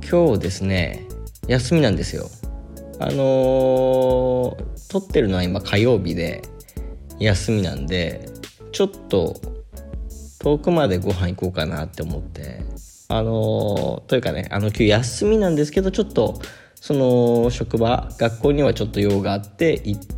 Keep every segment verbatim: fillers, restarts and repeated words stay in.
今日ですね、休みなんですよ。あのー、撮ってるのは今火曜日で休みなんで、ちょっと遠くまでご飯行こうかなって思って、あのー、というかね、あの今日休みなんですけど、ちょっとその職場学校にはちょっと用があって行って、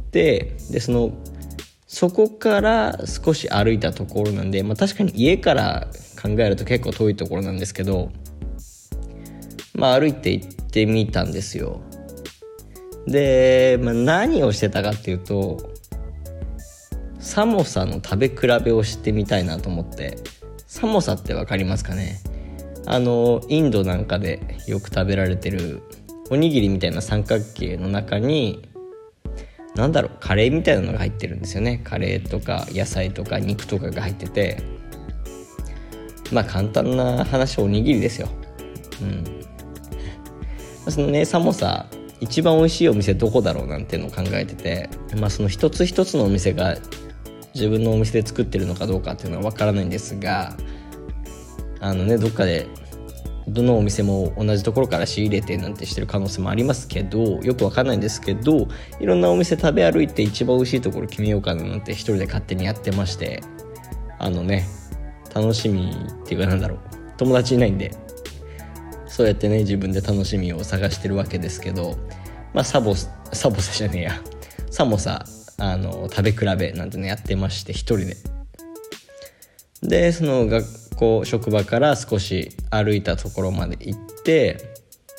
でそのそこから少し歩いたところなんで、まあ、確かに家から考えると結構遠いところなんですけど、まあ歩いて行ってみたんですよ。で、まあ、何をしてたかっていうと、サモサの食べ比べをしてみたいなと思って。サモサってわかりますかね。あのインドなんかでよく食べられてるおにぎりみたいな三角形の中に、なんだろう、カレーみたいなのが入ってるんですよね。カレーとか野菜とか肉とかが入ってて、まあ簡単な話、おにぎりですよ。うんそのね、サモサ一番美味しいお店どこだろうなんていうのを考えてて、まあその一つ一つのお店が自分のお店で作ってるのかどうかっていうのは分からないんですが、あのね、どっかでどのお店も同じところから仕入れてなんてしてる可能性もありますけど、よく分かんないんですけど、いろんなお店食べ歩いて一番美味しいところ決めようかななんて一人で勝手にやってまして、あのね、楽しみっていうか、なんだろう、友達いないんでそうやってね、自分で楽しみを探してるわけですけど、まあサボサボサじゃねえやサモサあの食べ比べなんてねやってまして、一人で。でその学校職場から少し歩いたところまで行って、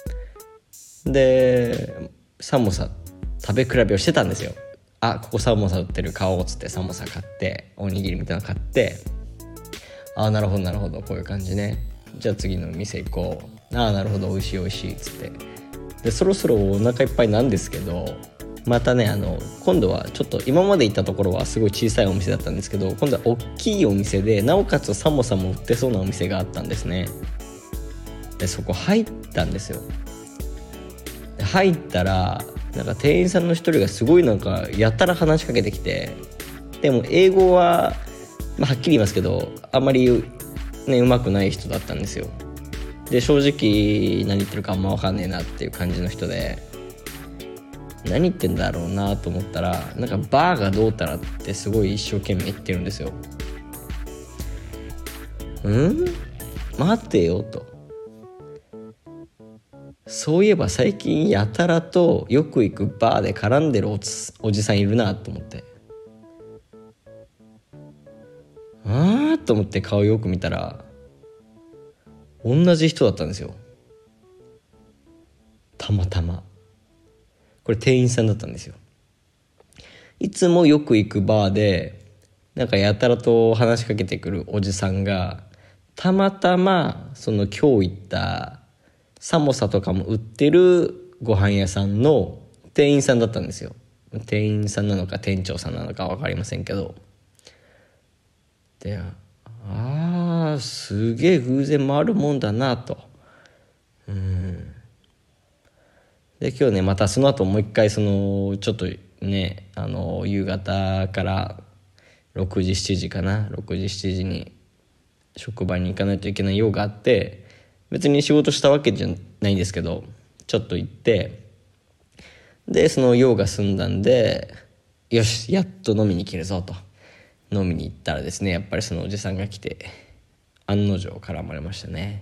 でサモサ食べ比べをしてたんですよ。あ、ここサモサ売ってる、買おうっつってサモサ買って、おにぎりみたいなの買って、あ、なるほどなるほど、こういう感じね、じゃあ次の店行こう、ああなるほど、美味しい美味しいっつって、でそろそろお腹いっぱいなんですけど、またね、あの今度はちょっと今まで行ったところはすごい小さいお店だったんですけど、今度は大きいお店で、なおかつサモサも売ってそうなお店があったんですね。でそこ入ったんですよ。で入ったら、なんか店員さんの一人がすごいなんかやたら話しかけてきて、でも英語は、まあ、はっきり言いますけどあんまりね、うまくない人だったんですよ。で正直何言ってるかあんま分かんねえなっていう感じの人で、何言ってんだろうなと思ったら、なんかバーがどうたらってすごい一生懸命言ってるんですよ。ん待てよと。そういえば最近やたらとよく行くバーで絡んでる お, おじさんいるなと思って、あーと思って顔よく見たら同じ人だったんですよ。たまたまこれ店員さんだったんですよ。いつもよく行くバーでなんかやたらと話しかけてくるおじさんが、たまたまその今日行ったサモサとかも売ってるご飯屋さんの店員さんだったんですよ。店員さんなのか店長さんなのか分かりませんけど、で、あーすげえ偶然もあるもんだなと。うんで今日ね、またその後もう一回そのちょっとね、あの夕方からろくじしちじかな、ろくじしちじに職場に行かないといけない用があって、別に仕事したわけじゃないんですけど、ちょっと行って、でその用が済んだんで、よしやっと飲みに行けるぞと飲みに行ったらですね、やっぱりそのおじさんが来て案の定絡まれましたね。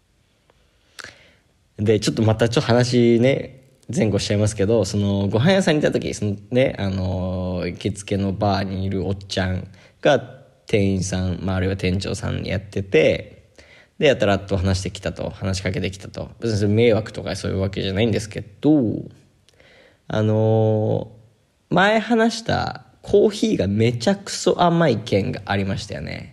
でちょっとまたちょっと話ね前後しちゃいますけど、そのご飯屋さんに行った時、そのね、あの受付のバーにいるおっちゃんが店員さん、まあ、あるいは店長さんやってて、でやたらっと話してきたと、話しかけてきたと。別に迷惑とかそういうわけじゃないんですけど、あの前話したコーヒーがめちゃくそ甘い件がありましたよね。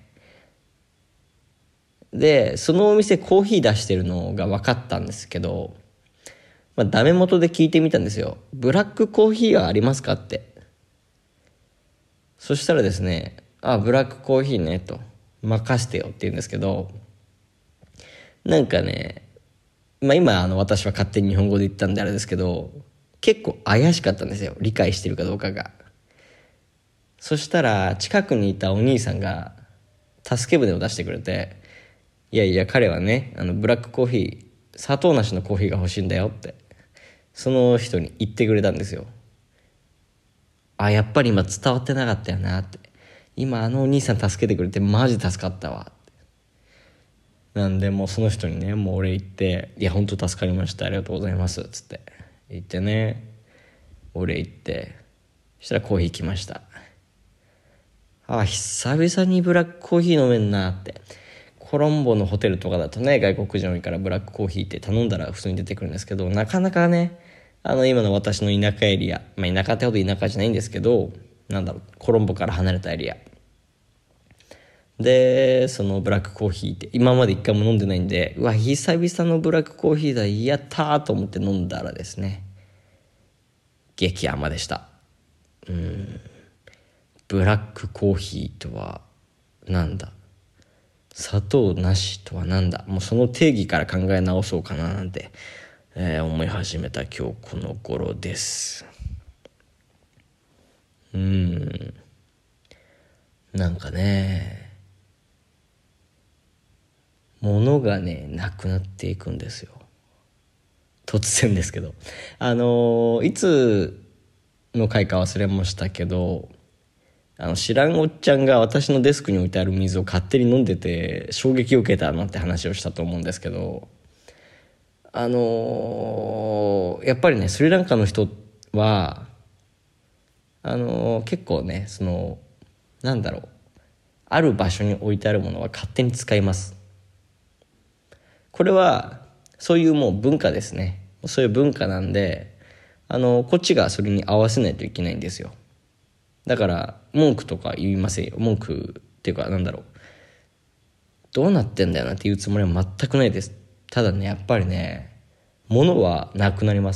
でそのお店コーヒー出してるのが分かったんですけど、まあ、ダメ元で聞いてみたんですよ。ブラックコーヒーはありますかって。そしたらですね、あ、ブラックコーヒーねと、任してよって言うんですけど、なんかね、まあ今あの私は勝手に日本語で言ったんであれですけど、結構怪しかったんですよ、理解してるかどうかが。そしたら近くにいたお兄さんが助け舟を出してくれて、いやいや彼はね、あのブラックコーヒ砂糖なしのコーヒーが欲しいんだよってその人に言ってくれたんですよ。あ、やっぱり今伝わってなかったよなって、今あのお兄さん助けてくれてマジ助かったわって。なんでもうその人にね、もう俺言って、いや本当助かりました、ありがとうございますっつって言ってね、俺言って、そしたらコーヒー来ました。あ、久々にブラックコーヒー飲めんなって。コロンボのホテルとかだとね、外国人多いからブラックコーヒーって頼んだら普通に出てくるんですけど、なかなかね、あの今の私の田舎エリア、まあ田舎ってほど田舎じゃないんですけど、なんだろう、コロンボから離れたエリアで、そのブラックコーヒーって今まで一回も飲んでないんで、うわ久々のブラックコーヒーだ、やったーと思って飲んだらですね、激甘でした。うーんブラックコーヒーとはなんだ、砂糖なしとはなんだ、もうその定義から考え直そうかななんて、えー、思い始めた今日この頃です。うーんなんかね、物がねなくなっていくんですよ。突然ですけど、あのー、いつの回か忘れましたけど、あの知らんおっちゃんが私のデスクに置いてある水を勝手に飲んでて衝撃を受けたなんて話をしたと思うんですけど、あのー、やっぱりねスリランカの人はあのー、結構ね、そのなんだろう、ある場所に置いてあるものは勝手に使います。これはそういうもう文化ですね。そういう文化なんで、あのー、こっちがそれに合わせないといけないんですよ。だから文句とか言いませんよ。文句っていうかなんだろう、どうなってんだよなっていうつもりは全くないです。ただね、やっぱりね、物はなくなります。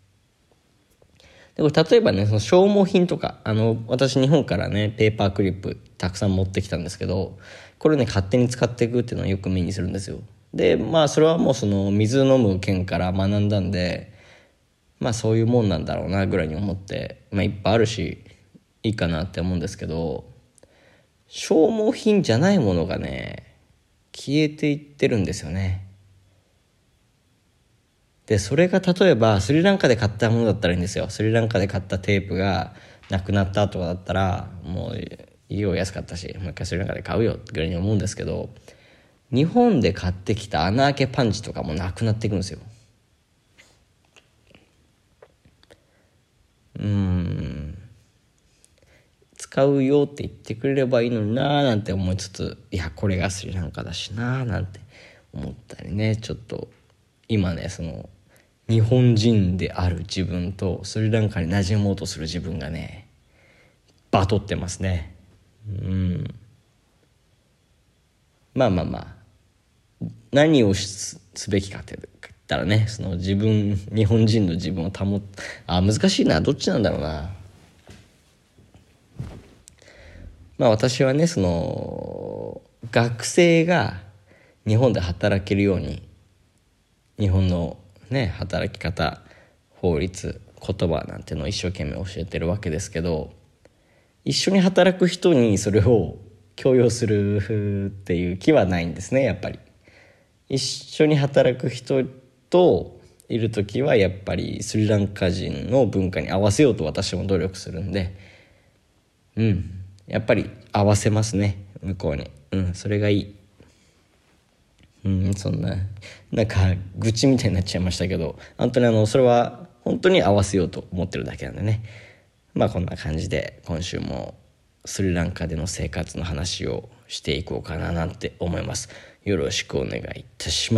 でこれ例えばね、その消耗品とか、あの私日本からねペーパークリップたくさん持ってきたんですけど、これね勝手に使っていくっていうのはよく目にするんですよ。でまあそれはもうその水飲む件から学んだんで、まあそういうもんなんだろうなぐらいに思って、まあいっぱいあるしいいかなって思うんですけど、消耗品じゃないものがね消えていってるんですよね。でそれが例えばスリランカで買ったものだったらいいんですよ。スリランカで買ったテープがなくなったとかだったら、もういいよ、安かったしもう一回スリランカで買うよぐらいに思うんですけど、日本で買ってきた穴開けパンチとかもなくなっていくんですよ。うーん使うよって言ってくれればいいのになーなんて思いつつ、いやこれがスリランカだしなーなんて思ったりね、ちょっと今ね、その日本人である自分とスリランカに馴染もうとする自分がねバトってますね。うんまあまあまあ、何をすべきかって言ったらね、その自分日本人の自分を保っあ難しいな、どっちなんだろうな。まあ私はね、その学生が日本で働けるように日本のね働き方、法律、言葉なんてのを一生懸命教えてるわけですけど、一緒に働く人にそれを強要するっていう気はないんですね。やっぱり一緒に働く人といる時はやっぱりスリランカ人の文化に合わせようと私も努力するんで、うんやっぱり合わせますね、向こうに。うんそれがいい。うんそんななんか愚痴みたいになっちゃいましたけど、本当にあのそれは本当に合わせようと思ってるだけなんでね。まあこんな感じで今週もスリランカでの生活の話をしていこうかななんて思います。よろしくお願いいたします。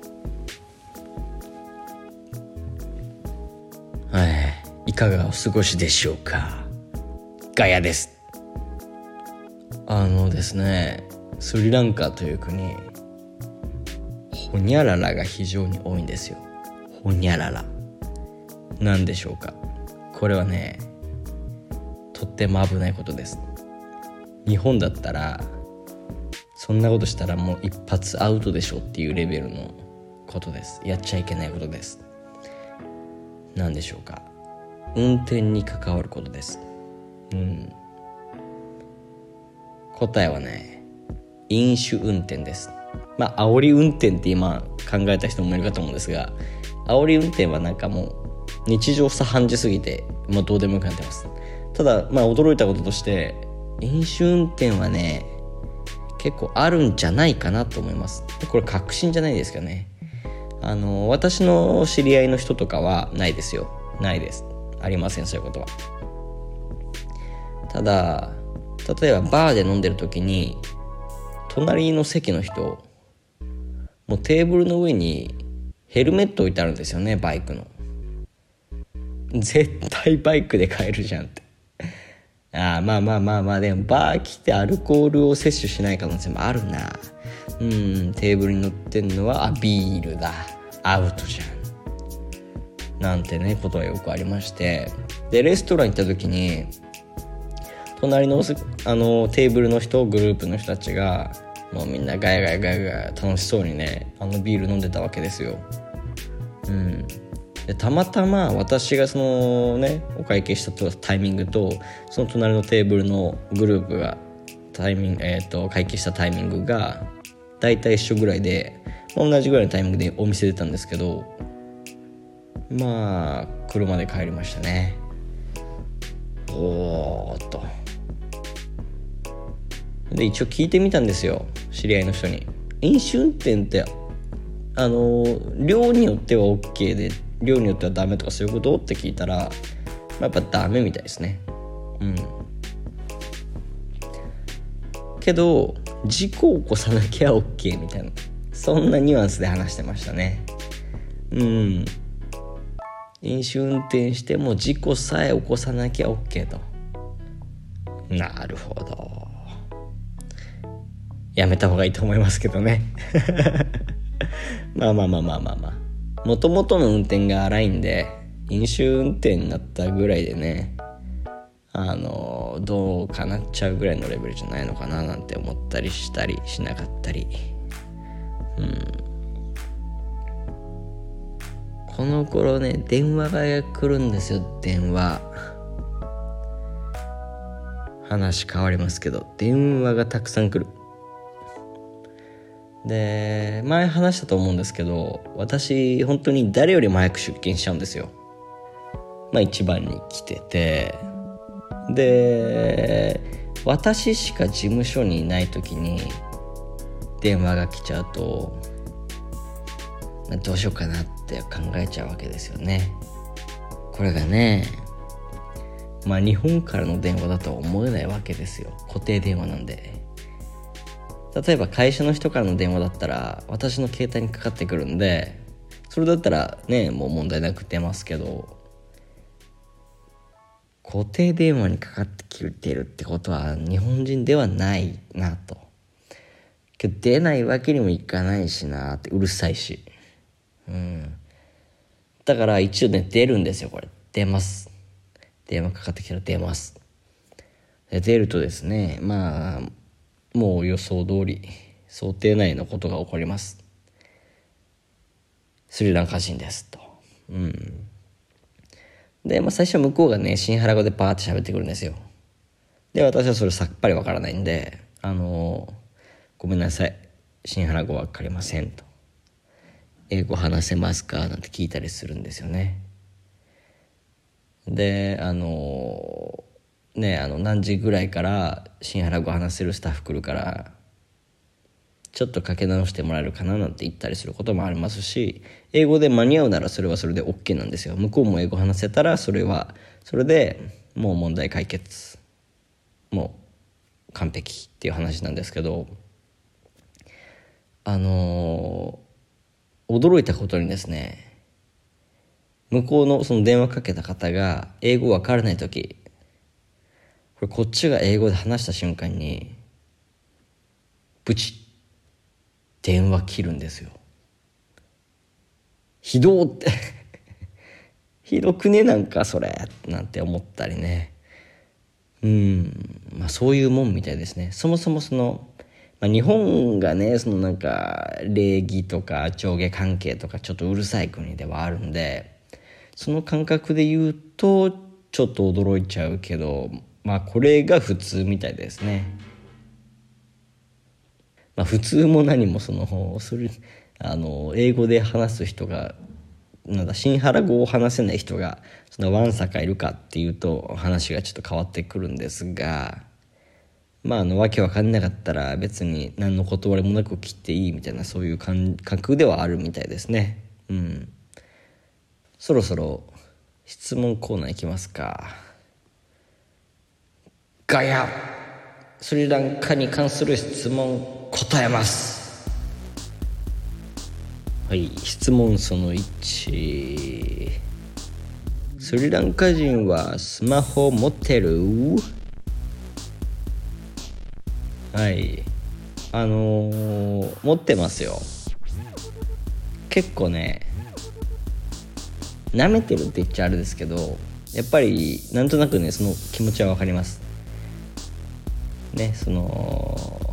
はいいかがお過ごしでしょうか。ガヤです。あのですね、スリランカという国、ホニャララが非常に多いんですよ。ホニャララなんでしょうか。これはねとっても危ないことです。日本だったらそんなことしたらもう一発アウトでしょっていうレベルのことです。やっちゃいけないことです。なんでしょうか。運転に関わることです。うん答えはね飲酒運転です。まあ煽り運転って今考えた人もいるかと思うんですが、煽り運転はなんかもう日常茶飯事すぎて、もうどうでもよくなってます。ただまあ驚いたこととして、飲酒運転はね結構あるんじゃないかなと思います。これ確信じゃないですけどね、あの私の知り合いの人とかはないですよ。ないです。ありません、そういうことは。ただ例えばバーで飲んでる時に隣の席の人、もうテーブルの上にヘルメット置いてあるんですよね、バイクの。絶対バイクで帰るじゃんってああまあまあまあまあ、でもバー来てアルコールを摂取しない可能性もあるな。うん、テーブルに乗ってんのはあビールだ、アウトじゃんなんてねことはよくありまして、でレストラン行った時に隣のあのテーブルの人、グループの人たちがもうみんなガヤガヤガヤガヤ楽しそうにねあのビール飲んでたわけですよ。うん、でたまたま私がそのねお会計したタイミングとその隣のテーブルのグループがタイミング、えー、と会計したタイミングがだいたい一緒ぐらいで、同じぐらいのタイミングでお店出たんですけど、まあ車で帰りましたね。おーっとで一応聞いてみたんですよ、知り合いの人に。飲酒運転ってあの量によっては OK で量によってはダメとかそういうことって聞いたら、まあ、やっぱダメみたいですね。うんけど事故を起こさなきゃ OK みたいな、そんなニュアンスで話してましたね。うん飲酒運転しても事故さえ起こさなきゃ OK と。なるほど、やめた方がいいと思いますけどねまあまあまあまあまあまあもともとの運転が荒いんで、飲酒運転になったぐらいでね、あのどうかなっちゃうぐらいのレベルじゃないのかななんて思ったりしたりしなかったり。うんこの頃ね電話が来るんですよ。電話話変わりますけど電話がたくさん来る。で前話したと思うんですけど、私本当に誰よりも早く出勤しちゃうんですよ。まあ一番に来てて、で私しか事務所にいない時に電話が来ちゃうと、まあ、どうしようかなって考えちゃうわけですよね。これがねまあ日本からの電話だとは思えないわけですよ。固定電話なんで。例えば会社の人からの電話だったら私の携帯にかかってくるんで、それだったらねもう問題なく出ますけど、固定電話にかかってきてるってことは日本人ではないなと。けど出ないわけにもいかないしなって、うるさいし、うん、だから一応ね出るんですよ。これ出ます。電話かかってきたら出ます。で出るとですね、まあもう予想通り想定内のことが起こります。スリランカ人ですと。うんで、まあ、最初向こうがねシンハラ語でパーって喋ってくるんですよ。で私はそれさっぱりわからないんで、あのー、ごめんなさいシンハラ語わかりませんと、英語話せますかなんて聞いたりするんですよね。であのー、ねあの何時ぐらいからシンハラ語話せるスタッフ来るからちょっとかけ直してもらえるかななんて言ったりすることもありますし、英語で間に合うならそれはそれで OK なんですよ。向こうも英語話せたらそれはそれでもう問題解決、もう完璧っていう話なんですけど、あのー、驚いたことにですね、向こうのその電話かけた方が英語わからないとき、これこっちが英語で話した瞬間にブチッ電話切るんですよ。ひどーってひどくねなんかそれなんて思ったりね。うんまあそういうもんみたいですね。そもそもその、まあ、日本がねそのなんか礼儀とか上下関係とかちょっとうるさい国ではあるんで、その感覚で言うとちょっと驚いちゃうけど、まあこれが普通みたいですね。まあ、普通も何もそのそれあの英語で話す人がなんだシンハラ語を話せない人がそのわんさかいるかっていうと話がちょっと変わってくるんですが、まああのわけわかんなかったら別に何の断りもなく切っていいみたいな、そういう感覚ではあるみたいですね。うん。そろそろ質問コーナーいきますか。ガヤスリランカに関する質問答えます。はい、質問そのいち、スリランカ人はスマホ持ってる？はい、あのー、持ってますよ。結構ね、舐めてるって言っちゃあれですけど、やっぱりなんとなくねその気持ちはわかりますね。その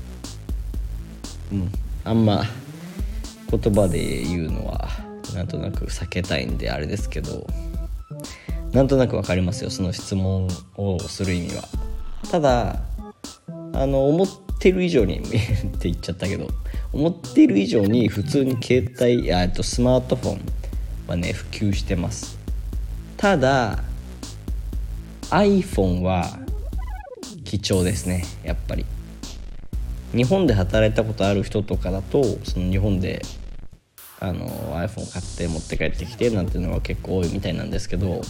うんあんま言葉で言うのはなんとなく避けたいんであれですけど、なんとなくわかりますよ、その質問をする意味は。ただあの思ってる以上にって言っちゃったけど、思っている以上に普通に携帯やとスマートフォンはね普及してます。ただ iPhone は貴重ですね。やっぱり日本で働いたことある人とかだと、その日本であの iPhone 買って持って帰ってきてなんていうのは結構多いみたいなんですけど、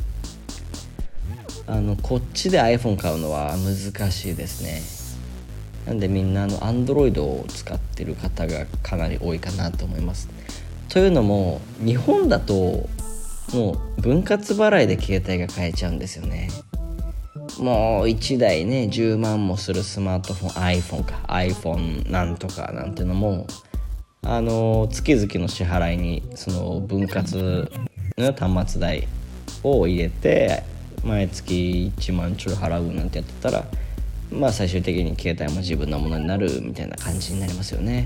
あのこっちで iPhone 買うのは難しいですね。なんでみんなあの Android を使ってる方がかなり多いかなと思います。というのも日本だともう分割払いで携帯が買えちゃうんですよね。もういちだいねじゅうまんもするスマートフォン iPhone か iPhone なんとかなんていうのもあの月々の支払いにその分割の端末代を入れて毎月いちまんちょい払うなんてやってたら、まあ最終的に携帯も自分のものになるみたいな感じになりますよね。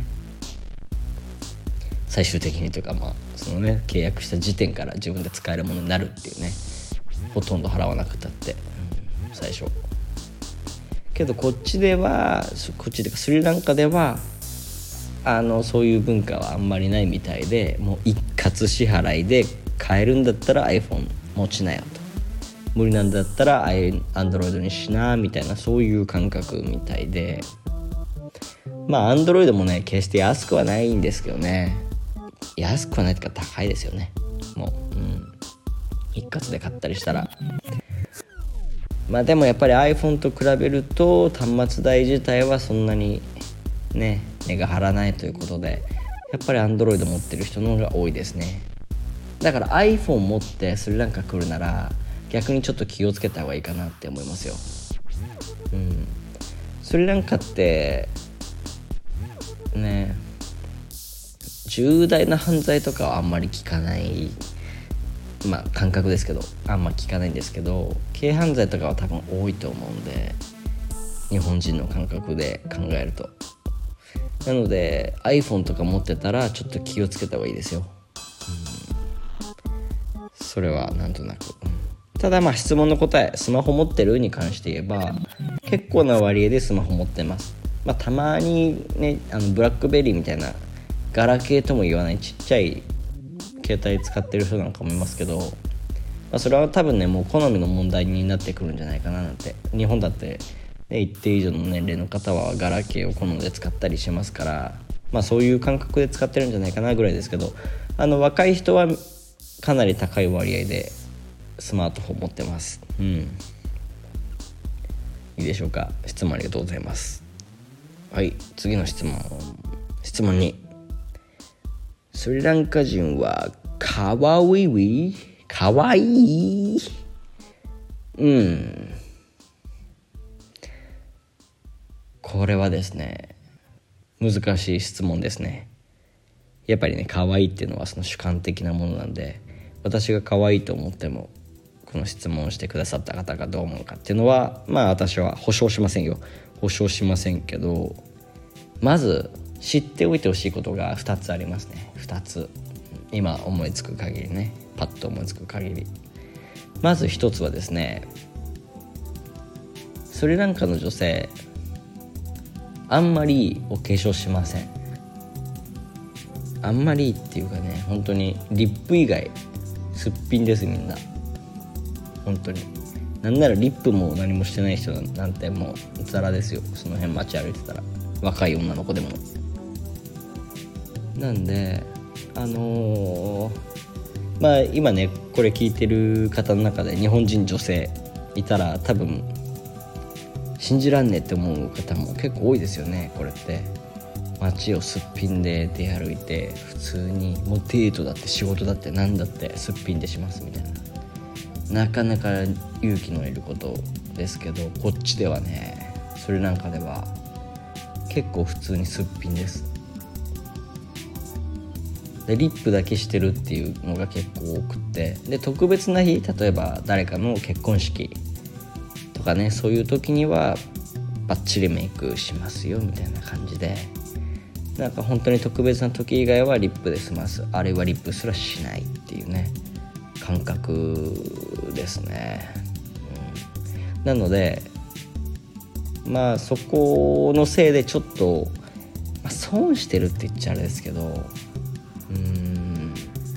最終的にというか、まあそのね契約した時点から自分で使えるものになるっていうね、ほとんど払わなくたって、うん、最初けどこっちではこっちでかスリランカではあのそういう文化はあんまりないみたいで、もう一括支払いで買えるんだったら iPhone 持ちなよと、無理なんだったら Android にしなみたいな、そういう感覚みたいで、まあ Android もね決して安くはないんですけどね、安くはないというか高いですよね。もう、うん、一括で買ったりしたら、まあでもやっぱり iPhone と比べると端末代自体はそんなにね値が張らないということで、やっぱり Android 持ってる人の方が多いですね。だから iPhone 持ってスリランカ来るなら逆にちょっと気をつけた方がいいかなって思いますよ。うん、スリランカってね重大な犯罪とかはあんまり聞かない、まあ感覚ですけどあんま聞かないんですけど、軽犯罪とかは多分多いと思うんで、日本人の感覚で考えると。なので iPhone とか持ってたらちょっと気をつけた方がいいですよ、うん、それはなんとなく、うん、ただまあ質問の答え、スマホ持ってるに関して言えば結構な割合でスマホ持ってます。まあたまにねあのブラックベリーみたいなガラケーとも言わないちっちゃい携帯使ってる人なんかもいますけど、まあ、それは多分ねもう好みの問題になってくるんじゃないかななんて。日本だって一定以上の年齢の方はガラケーを好んで使ったりしますから、まあそういう感覚で使ってるんじゃないかなぐらいですけど、あの若い人はかなり高い割合でスマートフォン持ってます。うん。いいでしょうか。質問ありがとうございます。はい、次の質問。質問に。スリランカ人はかわいいかわいいうんこれはですね難しい質問ですね。やっぱりね可愛いっていうのはその主観的なものなんで、私が可愛いと思ってもこの質問をしてくださった方がどう思うかっていうのはまあ私は保証しませんよ保証しませんけど、まず知っておいてほしいことがふたつありますね。ふたつ今思いつく限りね、パッと思いつく限り。まずひとつはですね、スリランカの女性あんまりお化粧しません。 あんまりっていうかね、本当にリップ以外すっぴんです。みんな本当に。なんならリップも何もしてない人なんてもうザラですよ、その辺街歩いてたら。若い女の子でも。なんであのー、まあ今ねこれ聞いてる方の中で日本人女性いたら多分信じらんねえって思う方も結構多いですよね。これって街をすっぴんで出歩いて、普通にもうデートだって仕事だって何だってすっぴんでしますみたいな、なかなか勇気のいることですけど、こっちではね、スリランカでは結構普通にすっぴんです。でリップだけしてるっていうのが結構多くて、で特別な日、例えば誰かの結婚式とかね、そういう時にはバッチリメイクしますよみたいな感じで、なんか本当に特別な時以外はリップで済ます、あるいはリップすらしないっていうね感覚ですね、うん、なのでまあそこのせいでちょっと、まあ、損してるって言っちゃあれですけど、うーん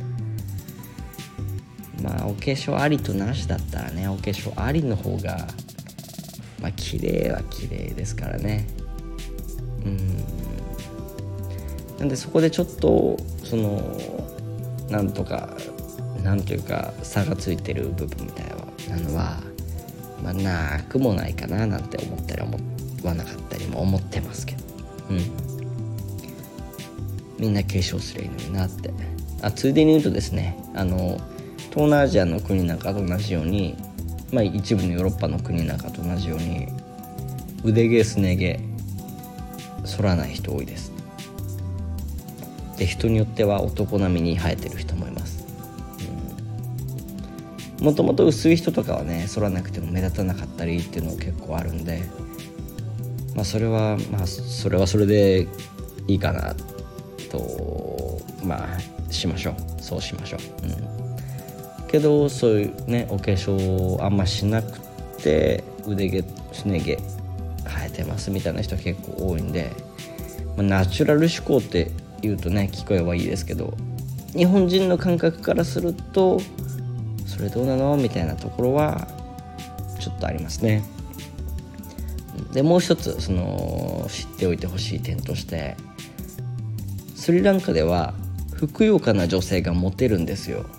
まあお化粧ありとなしだったらね、お化粧ありの方がまあ綺麗は綺麗ですからね。うーんなんでそこでちょっとそのなんとかなんというか差がついてる部分みたいなのは、まあ、なくもないかななんて思ったり思わなかったりも思ってますけど、うん、みんな化粧すりゃいいのになって。あついでに言うとですね、あの東南アジアの国なんかと同じように、まあ、一部のヨーロッパの国なんかと同じように腕毛すね毛剃らない人多いです。で人によっては男並みに生えてる人もいます。もともと薄い人とかはね剃らなくても目立たなかったりっていうの結構あるんで、まあそれはまあそれはそれでいいかなとまあしましょう。そうしましょう、うん、けどそういうねお化粧あんましなくて腕毛すね毛生えてますみたいな人結構多いんで、まあ、ナチュラル思考って言うとね聞こえはいいですけど、日本人の感覚からするとそれどうなのみたいなところはちょっとありますね。でもう一つその知っておいてほしい点として、スリランカではふくよかな女性がモテるんですよ、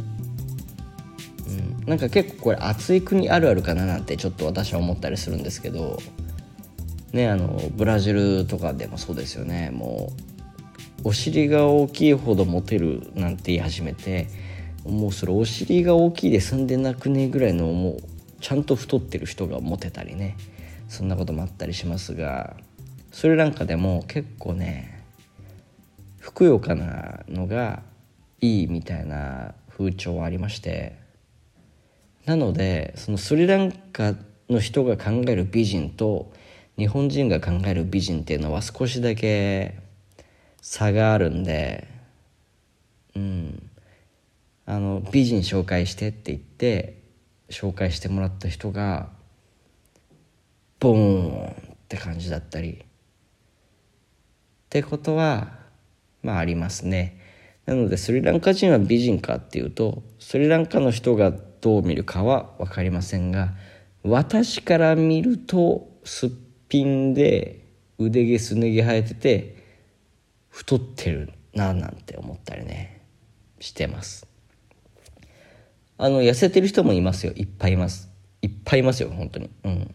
うん、なんか結構これ暑い国あるあるかななんてちょっと私は思ったりするんですけどね、あのブラジルとかでもそうですよね。もうお尻が大きいほどモテるなんて言い始めて、もうそれお尻が大きいで済んでなくねぐらいのもうちゃんと太ってる人がモテたりね、そんなこともあったりしますが、スリランカでも結構ねふくよかなのがいいみたいな風潮はありまして、なのでそのスリランカの人が考える美人と日本人が考える美人っていうのは少しだけ差があるんで、うんあの美人紹介してって言って紹介してもらった人がボーンって感じだったりってことはまあありますね。なのでスリランカ人は美人かっていうとスリランカの人がどう見るかは分かりませんが、私から見るとすっぴんで腕毛すね毛生えてて太ってるななんて思ったりねしてます。あの痩せてる人もいますよ。いっぱいいますいっぱいいますよ本当に。うん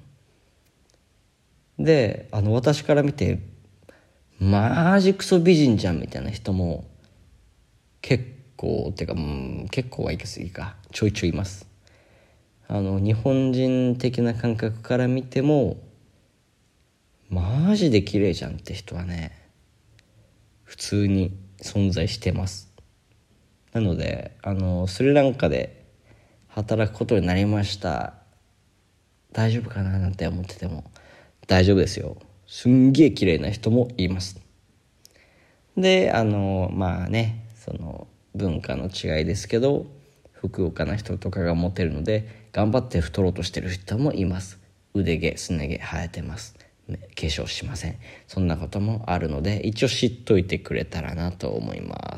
であの私から見てマジクソ美人じゃんみたいな人も結構っていうか、うん、結構はいきすぎかちょいちょいいます。あの日本人的な感覚から見てもマジで綺麗じゃんって人はね普通に存在してます。なのであのスリランカで働くことになりました、大丈夫かななんて思ってても大丈夫ですよ。すんげえ綺麗な人もいます。であのまあねその文化の違いですけどふくよかな人とかがモテるので頑張って太ろうとしてる人もいます。腕毛すね毛生えてます。 粧しません。そんなこともあるので、一応知っといてくれたらなと思います。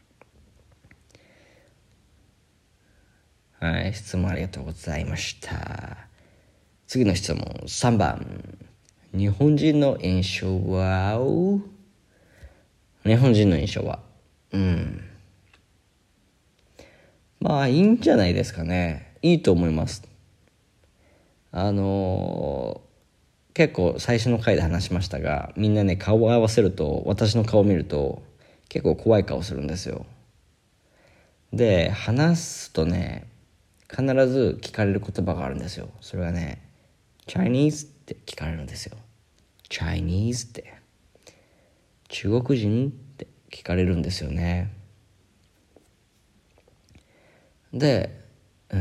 はい、質問ありがとうございました。次の質問さんばん、日本人の印象は日本人の印象はうんまあいいんじゃないですかね。いいと思います。あのー、結構最初の回で話しましたが、みんなね顔を合わせると、私の顔を見ると結構怖い顔するんですよ。で話すとね、必ず聞かれる言葉があるんですよ。それはね Chinese って聞かれるんですよ。 Chinese って中国人って聞かれるんですよね。で、うん、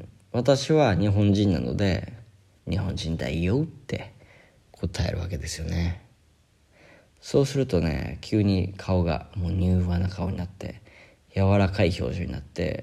私は日本人なので日本人だよって答えるわけですよね。そうするとね、急に顔がもう柔和な顔になって柔らかい表情になって、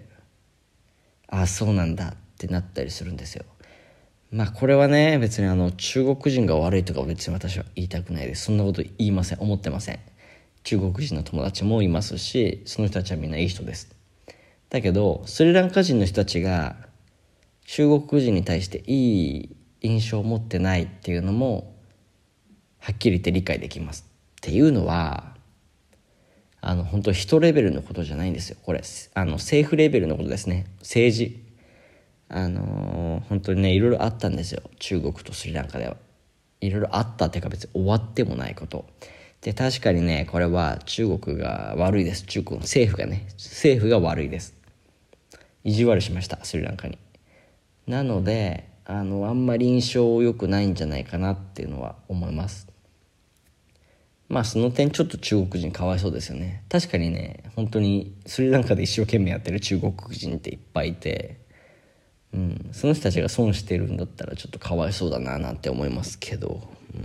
ああそうなんだってなったりするんですよ。まあこれはね、別にあの中国人が悪いとか別に私は言いたくないです。そんなこと言いません、思ってません。中国人の友達もいますし、その人たちはみんないい人です。だけどスリランカ人の人たちが中国人に対していい印象を持ってないっていうのもはっきり言って理解できます。っていうのはあの本当人レベルのことじゃないんですよ。これあの政府レベルのことですね。政治あのー、本当にねいろいろあったんですよ。中国とスリランカではいろいろあったっていうか、別に終わってもないことで、確かにねこれは中国が悪いです。中国の政府がね政府が悪いです。意地悪しましたスリランカに。なのであのあんまり印象良くないんじゃないかなっていうのは思います。まあその点ちょっと中国人かわいそうですよね。確かにね本当にスリランカで一生懸命やってる中国人っていっぱいいて、うん、その人たちが損してるんだったらちょっとかわいそうだななんて思いますけど、うん、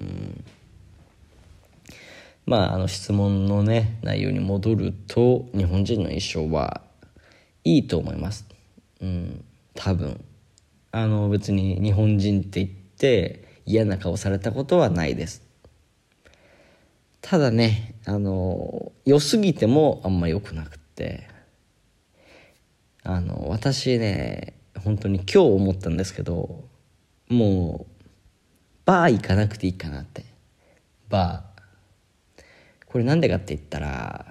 まああの質問のね内容に戻ると、日本人の印象はいいと思います。うん、多分あの別に日本人って言って嫌な顔されたことはないです。ただねあの良すぎてもあんま良くなくって、あの私ね本当に今日思ったんですけど、もうバー行かなくていいかなって。バーこれなんでかって言ったら、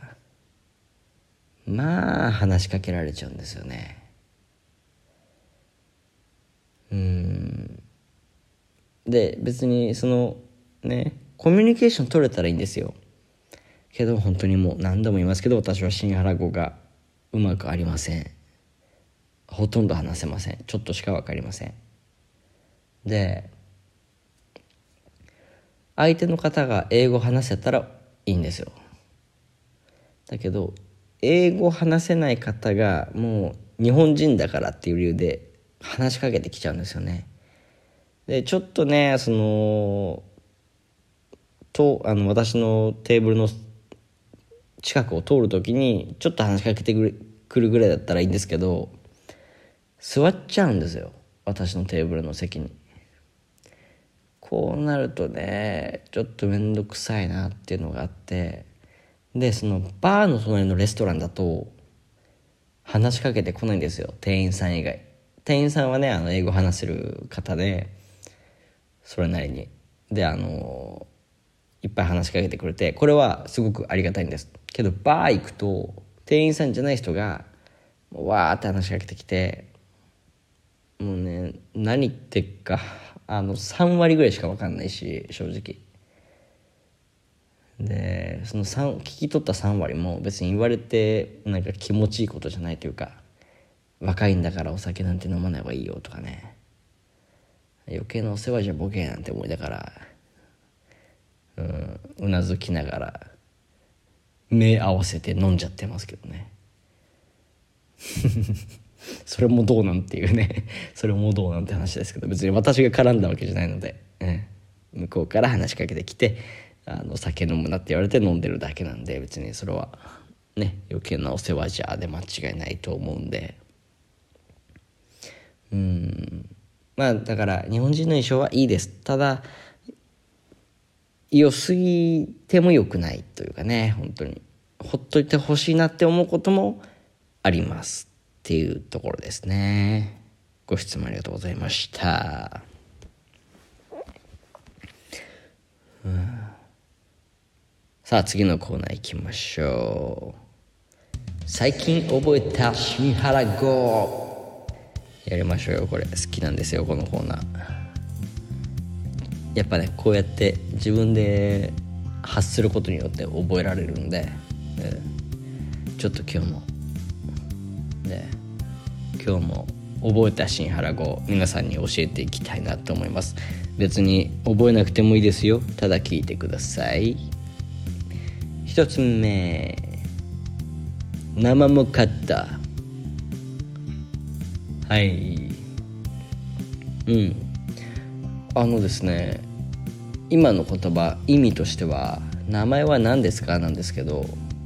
まあ話しかけられちゃうんですよね。うんで別にそのねコミュニケーション取れたらいいんですよ。けど本当にもう何度も言いますけど、私はシンハラ語がうまくありません。ほとんど話せません。ちょっとしか分かりません。で相手の方が英語話せたらいいんですよ。だけど英語話せない方がもう日本人だからっていう理由で話しかけてきちゃうんですよね。でちょっとねそのとあの私のテーブルの近くを通るときにちょっと話しかけてくるぐらいだったらいいんですけど、座っちゃうんですよ私のテーブルの席に。こうなるとねちょっと面倒くさいなっていうのがあって、でそのバーの隣のレストランだと話しかけてこないんですよ、店員さん以外。店員さんはねあの英語話せる方でそれなりにであのいっぱい話しかけてくれて、これはすごくありがたいんですけど、バー行くと店員さんじゃない人がわーって話しかけてきて、もうね何言ってっかあのさんわりぐらいしか分かんないし正直で、そのさん聞き取ったさんわりも別に言われてなんか気持ちいいことじゃないというか、若いんだからお酒なんて飲まない方がいいよとかね、余計なお世話じゃボケなんて思いながら、うんうなずきながら目合わせて飲んじゃってますけどねそれもどうなんていうねそれもどうなんて話ですけど、別に私が絡んだわけじゃないので、ね、向こうから話しかけてきてあの酒飲むなって言われて飲んでるだけなんで、別にそれはね余計なお世話じゃで間違いないと思うんで、うんまあだから日本人の印象はいいです。ただ良すぎても良くないというかね、本当にほっといてほしいなって思うこともありますっていうところですね。ご質問ありがとうございました。うん、さあ次のコーナー行きましょう。最近覚えた新原語やりましょうよ。これ好きなんですよ、このコーナー。やっぱね、こうやって自分で発することによって覚えられるんで、うん、ちょっと今日もね、今日も覚えた新原語を皆さんに教えていきたいなと思います。別に覚えなくてもいいですよ、ただ聞いてください。一つ目、生も買った。はい、うんあのですね、今の言葉意味としては名前は何ですかなんですけど、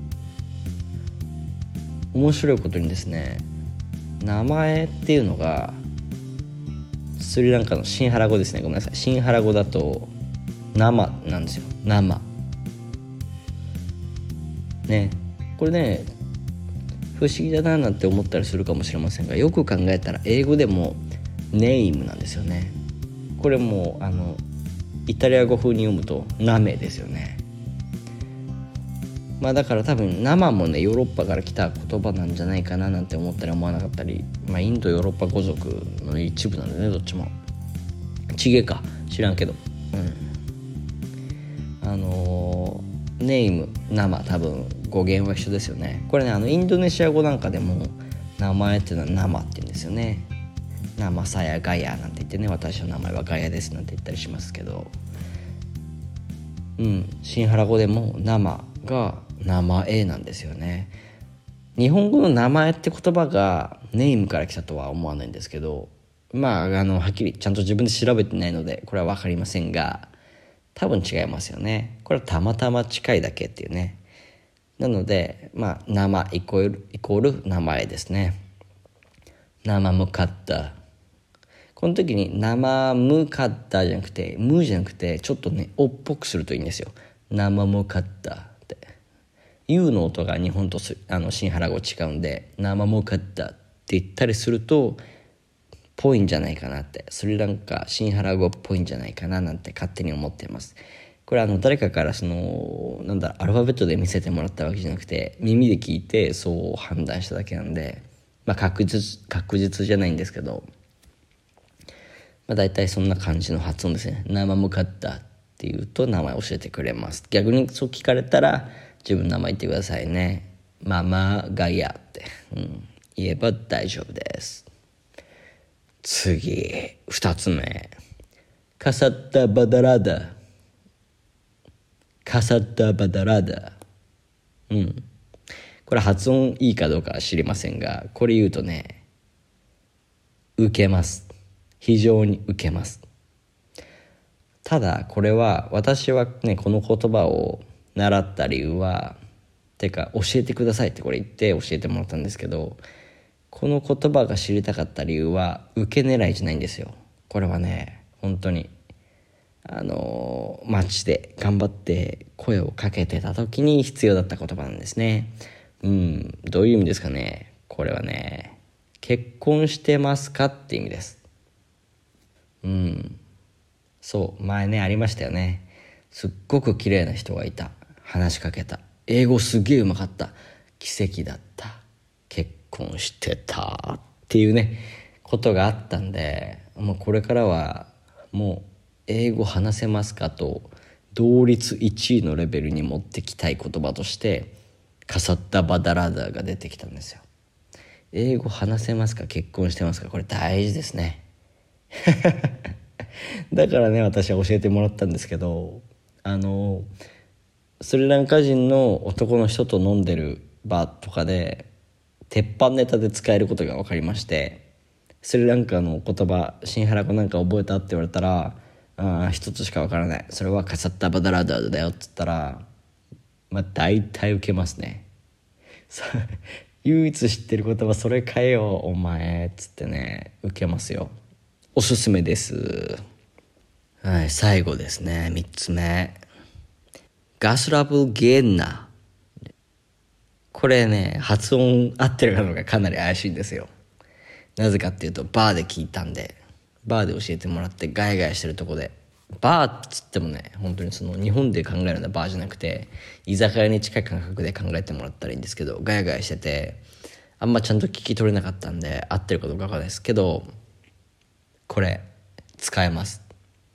面白いことにですね、名前っていうのがスリランカのシンハラ語ですね。ごめんなさい、シンハラ語だと生なんですよ。生ね、これね不思議だななんて思ったりするかもしれませんが、よく考えたら英語でもネイムなんですよね。これもあのイタリア語風に読むとナメですよね。まあだから多分生もねヨーロッパから来た言葉なんじゃないかななんて思ったり思わなかったり、まあインドヨーロッパ語族の一部なんでね、どっちもチゲか知らんけど、うんあのー、ネーム生多分語源は一緒ですよね。これね、あのインドネシア語なんかでも名前っていうのは生って言うんですよね。生さやガヤなんて言ってね、私の名前はガヤですなんて言ったりしますけど、うんシンハラ語でも生が名前なんですよね。日本語の名前って言葉がネームから来たとは思わないんですけど、まああのはっきりちゃんと自分で調べてないのでこれは分かりませんが、多分違いますよね。これはたまたま近いだけっていうね。なのでまあ生イコールイコール名前ですね。生むかった、この時に生むかったじゃなくてむじゃなくてちょっとねおっぽくするといいんですよ。生むかったって U の音が日本とあのシンハラ語違うんで、生むかったって言ったりするとぽいんじゃないかなって、スリランカシンハラ語っぽいんじゃないかななんて勝手に思っています。これあの誰かからそのなんだアルファベットで見せてもらったわけじゃなくて耳で聞いてそう判断しただけなんで、まあ確実確実じゃないんですけど、まあ、大体そんな感じの発音ですね。生むかったって言うと名前教えてくれます。逆にそう聞かれたら自分の名前言ってくださいね。ママガヤって、うん、言えば大丈夫です。次二つ目、カサッタバダラダ、カサッタバダラダ、うんこれ発音いいかどうかは知りませんが、これ言うとね受けます。非常に受けます。ただこれは私はねこの言葉を習った理由はてか教えてくださいってこれ言って教えてもらったんですけど、この言葉が知りたかった理由は受け狙いじゃないんですよ。これはね本当にあの街で頑張って声をかけてた時に必要だった言葉なんですね。うんどういう意味ですかね。これはね結婚してますかって意味です。うんそう前ねありましたよね。すっごく綺麗な人がいた、話しかけた、英語すげえうまかった、奇跡だった、結婚してたっていうねことがあったんで、もうこれからはもう英語話せますかと同率いちいのレベルに持ってきたい言葉としてカサッタバダラダが出てきたんですよ。英語話せますか、結婚してますか、これ大事ですねだからね私は教えてもらったんですけど、あのスリランカ人の男の人と飲んでるバーとかで鉄板ネタで使えることが分かりまして、スリランカの言葉シンハラ語なんか覚えたって言われたら、あ一つしか分からない、それはカサッタバダラダだよって言ったらまあ大体受けますね唯一知ってる言葉それかよお前っつってね受けますよ。おすすめです。はい、最後ですねみっつめ、 ガスラブゲンナ。これね、発音合ってるかどうかかなり怪しいんですよ。なぜかっていうとバーで聞いたんで、バーで教えてもらってガヤガヤしてるとこで、バーっつってもね、本当にその日本で考えるようなバーじゃなくて、居酒屋に近い感覚で考えてもらったらいいんですけど、ガヤガヤしててあんまちゃんと聞き取れなかったんで合ってるかどうかわかんないですけど、これ使えます。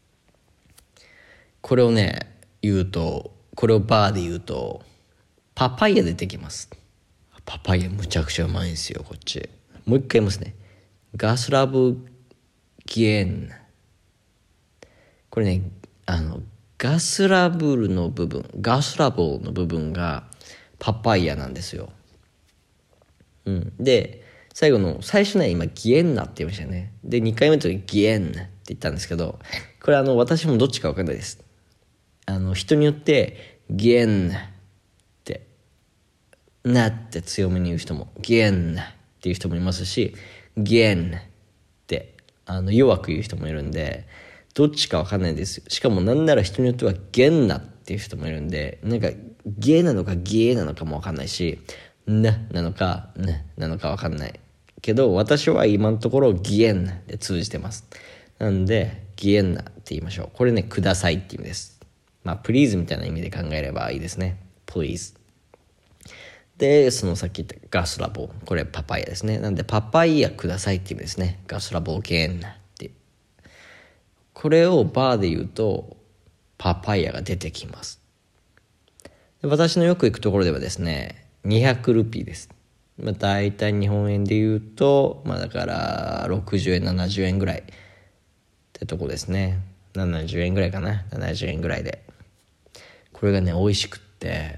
これをね言うと、これをバーで言うとパパイヤ出てきます。パパイヤむちゃくちゃうまいんですよ。こっちもう一回言いますね。ガスラブギエン。これね、あのガスラブルの部分、ガスラブルの部分がパパイヤなんですよ。うん、で最後の最初ね、今ギエンナって言いましたよね。でにかいめの時ギエンナって言ったんですけど、これあの私もどっちか分かんないです。あの人によってギエンナってなって強めに言う人も、ギエンナっていう人もいますし、ギエンナってあの弱く言う人もいるんで、どっちか分かんないです。しかもなんなら人によってはゲンナっていう人もいるんで、なんかゲーなのかゲーなのかも分かんないし、ななのかななのか分かんないけど、私は今のところギエンナで通じてます。なんでギエンナって言いましょう。これね、くださいっていう意味です。まあプリーズみたいな意味で考えればいいですね。 Please。 でそのさっき言ったガスラボ、これパパイヤですね。なんでパパイヤくださいっていう意味ですね。ガスラボゲンナって。これをバーで言うとパパイヤが出てきます。で私のよく行くところではですね、にひゃくルピーです。まあ、大体日本円で言うと、まあ、だからろくじゅうえんななじゅうえんぐらいってとこですね。ななじゅうえんぐらいかな、ななじゅうえんぐらいで、これがね美味しくって、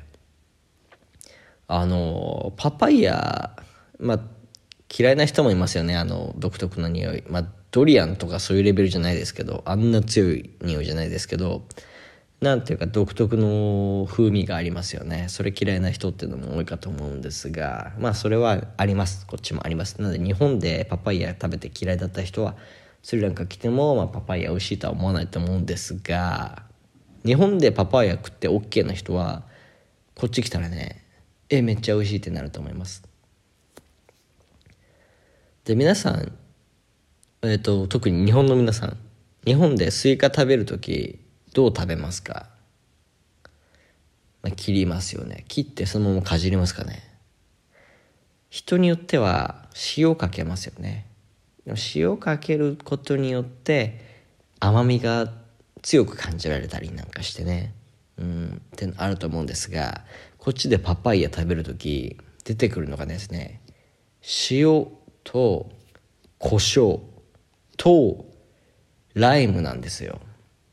あのパパイヤ、まあ嫌いな人もいますよね。あの独特な匂い、まあドリアンとかそういうレベルじゃないですけど、あんな強い匂いじゃないですけど、なんていうか独特の風味がありますよね。それ嫌いな人っていうのも多いかと思うんですが、まあそれはあります。こっちもあります。なので日本でパパイヤ食べて嫌いだった人はスリランカ来ても、まあ、パパイヤ美味しいとは思わないと思うんですが、日本でパパイヤ食って OK な人はこっち来たらね、えめっちゃ美味しいってなると思います。で皆さん、えーと、特に日本の皆さん、日本でスイカ食べるときどう食べますか？まあ、切りますよね。切ってそのままかじりますかね。人によっては塩かけますよね。塩かけることによって甘みが強く感じられたりなんかしてね、うんってあると思うんですが、こっちでパパイヤ食べるとき出てくるのがですね、塩と胡椒とライムなんですよ。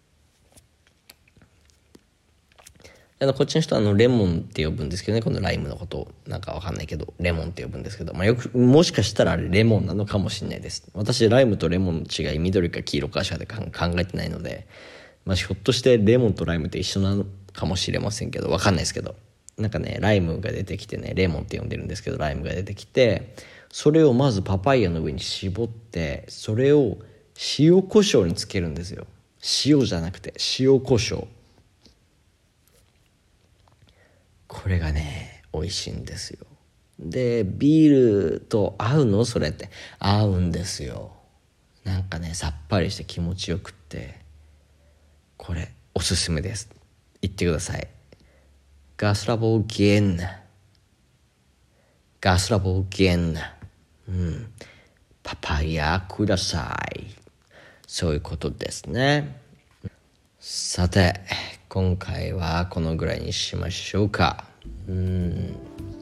あのこっちの人はあのレモンって呼ぶんですけどね、このライムのことをなんかわかんないけどレモンって呼ぶんですけど、まあ、よくもしかしたらあれレモンなのかもしれないです。私ライムとレモンの違い緑か黄色かしかで考えてないので、まあ、ひょっとしてレモンとライムって一緒なのかもしれませんけど、わかんないですけど、なんかねライムが出てきてね、レモンって呼んでるんですけどライムが出てきて、それをまずパパイヤの上に絞って、それを塩コショウにつけるんですよ。塩じゃなくて塩コショウ。これがね美味しいんですよ。でビールと合うの？それって合うんですよ。なんかねさっぱりして気持ちよくって、これおすすめです。行ってください。ガスラボゲンガスラボゲン、うん、パパイヤください。そういうことですね。さて今回はこのぐらいにしましょうか。うん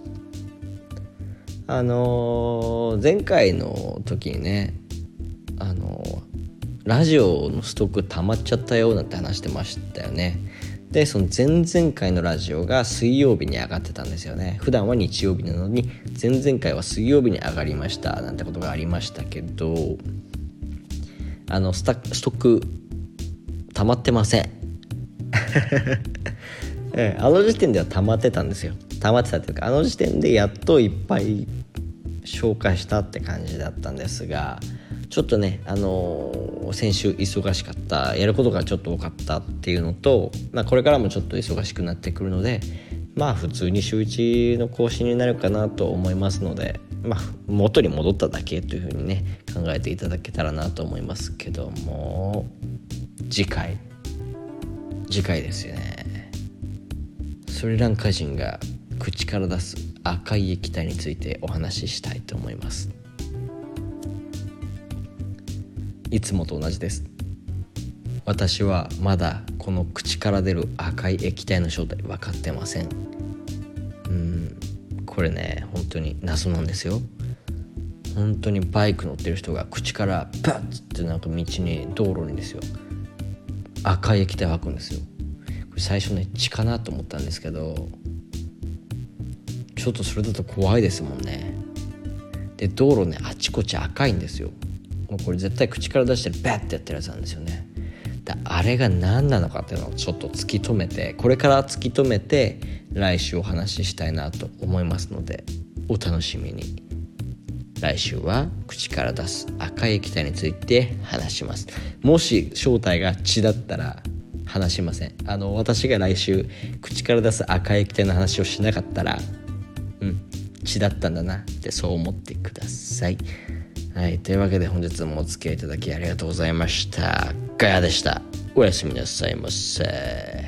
あのー、前回の時にね、あのー、ラジオのストック溜まっちゃったよなんて話してましたよね。でその前々回のラジオが水曜日に上がってたんですよね。普段は日曜日なのに前々回は水曜日に上がりましたなんてことがありましたけど、あのスタストック溜まってませんええ、あの時点では溜まってたんですよ。溜まってたっていうか、あの時点でやっといっぱい紹介したって感じだったんですが、ちちょっとね、あのー先週忙しかった、やることがちょっと多かったっていうのと、まあ、これからもちょっと忙しくなってくるので、まあ普通に週いちの更新になるかなと思いますので、まあ元に戻っただけというふうにね考えていただけたらなと思いますけども、次回次回ですよね。スリランカ人が口から出す赤い液体についてお話ししたいと思います。いつもと同じです。私はまだこの口から出る赤い液体の正体分かってません。うーんこれね本当に謎なんですよ。本当にバイク乗ってる人が口からバッってなんか道に道路にですよ赤い液体を吐くんですよ。これ最初ね血かなと思ったんですけど、ちょっとそれだと怖いですもんね。で道路ねあちこち赤いんですよ。もうこれ絶対口から出してるバッてやってるやつなんですよね。であれが何なのかっていうのをちょっと突き止めて、これから突き止めて来週お話ししたいなと思いますのでお楽しみに。来週は口から出す赤い液体について話します。もし正体が血だったら話しません。あの私が来週口から出す赤い液体の話をしなかったらうん血だったんだなってそう思ってください。はい、というわけで本日もお付き合いいただきありがとうございました。ガヤでした。おやすみなさいませ。